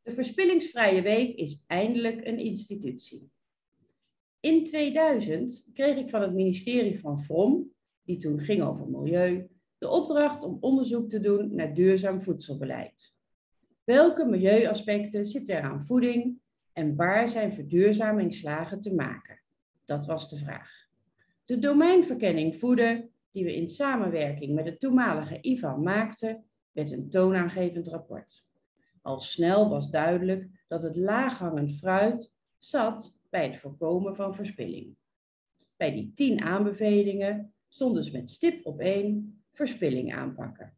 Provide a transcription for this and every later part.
De Verspillingsvrije Week is eindelijk een institutie. In 2000 kreeg ik van het ministerie van Vrom, die toen ging over milieu, de opdracht om onderzoek te doen naar duurzaam voedselbeleid. Welke milieuaspecten zitten er aan voeding en waar zijn verduurzamingsslagen te maken? Dat was de vraag. De domeinverkenning voeden, die we in samenwerking met de toenmalige IVAN maakten, werd een toonaangevend rapport. Al snel was duidelijk dat het laaghangend fruit zat bij het voorkomen van verspilling. Bij die 10 aanbevelingen stonden ze met stip op 1 verspilling aanpakken.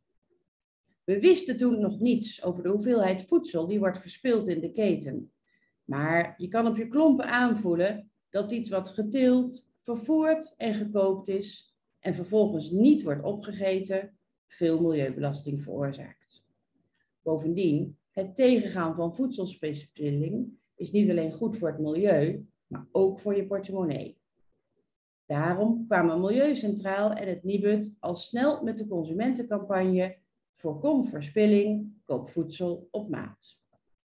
We wisten toen nog niets over de hoeveelheid voedsel die wordt verspild in de keten. Maar je kan op je klompen aanvoelen dat iets wat geteeld, vervoerd en gekookt is en vervolgens niet wordt opgegeten, veel milieubelasting veroorzaakt. Bovendien, het tegengaan van voedselverspilling is niet alleen goed voor het milieu, maar ook voor je portemonnee. Daarom kwamen Milieu Centraal en het Nibud al snel met de consumentencampagne Voorkom verspilling, koop voedsel op maat.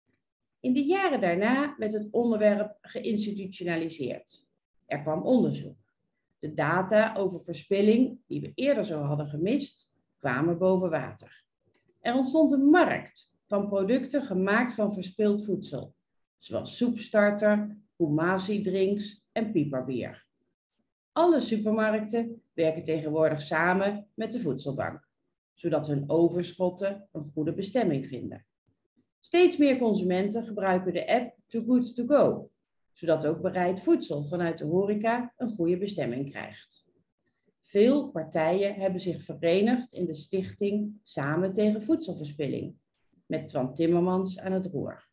In de jaren daarna werd het onderwerp geïnstitutionaliseerd. Er kwam onderzoek. De data over verspilling, die we eerder zo hadden gemist, kwamen boven water. Er ontstond een markt van producten gemaakt van verspild voedsel, zoals soepstarter, Kumasi-drinks en pieperbier. Alle supermarkten werken tegenwoordig samen met de voedselbank, zodat hun overschotten een goede bestemming vinden. Steeds meer consumenten gebruiken de app Too Good To Go, zodat ook bereid voedsel vanuit de horeca een goede bestemming krijgt. Veel partijen hebben zich verenigd in de stichting Samen tegen Voedselverspilling, met Twan Timmermans aan het roer.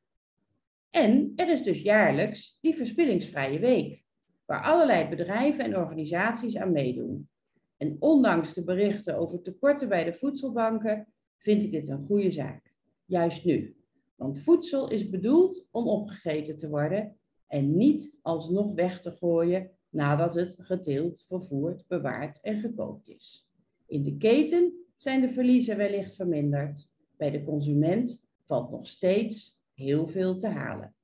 En er is dus jaarlijks die Verspillingsvrije Week, waar allerlei bedrijven en organisaties aan meedoen. En ondanks de berichten over tekorten bij de voedselbanken, vind ik dit een goede zaak. Juist nu. Want voedsel is bedoeld om opgegeten te worden en niet alsnog weg te gooien nadat het geteeld, vervoerd, bewaard en gekookt is. In de keten zijn de verliezen wellicht verminderd. Bij de consument valt nog steeds heel veel te halen.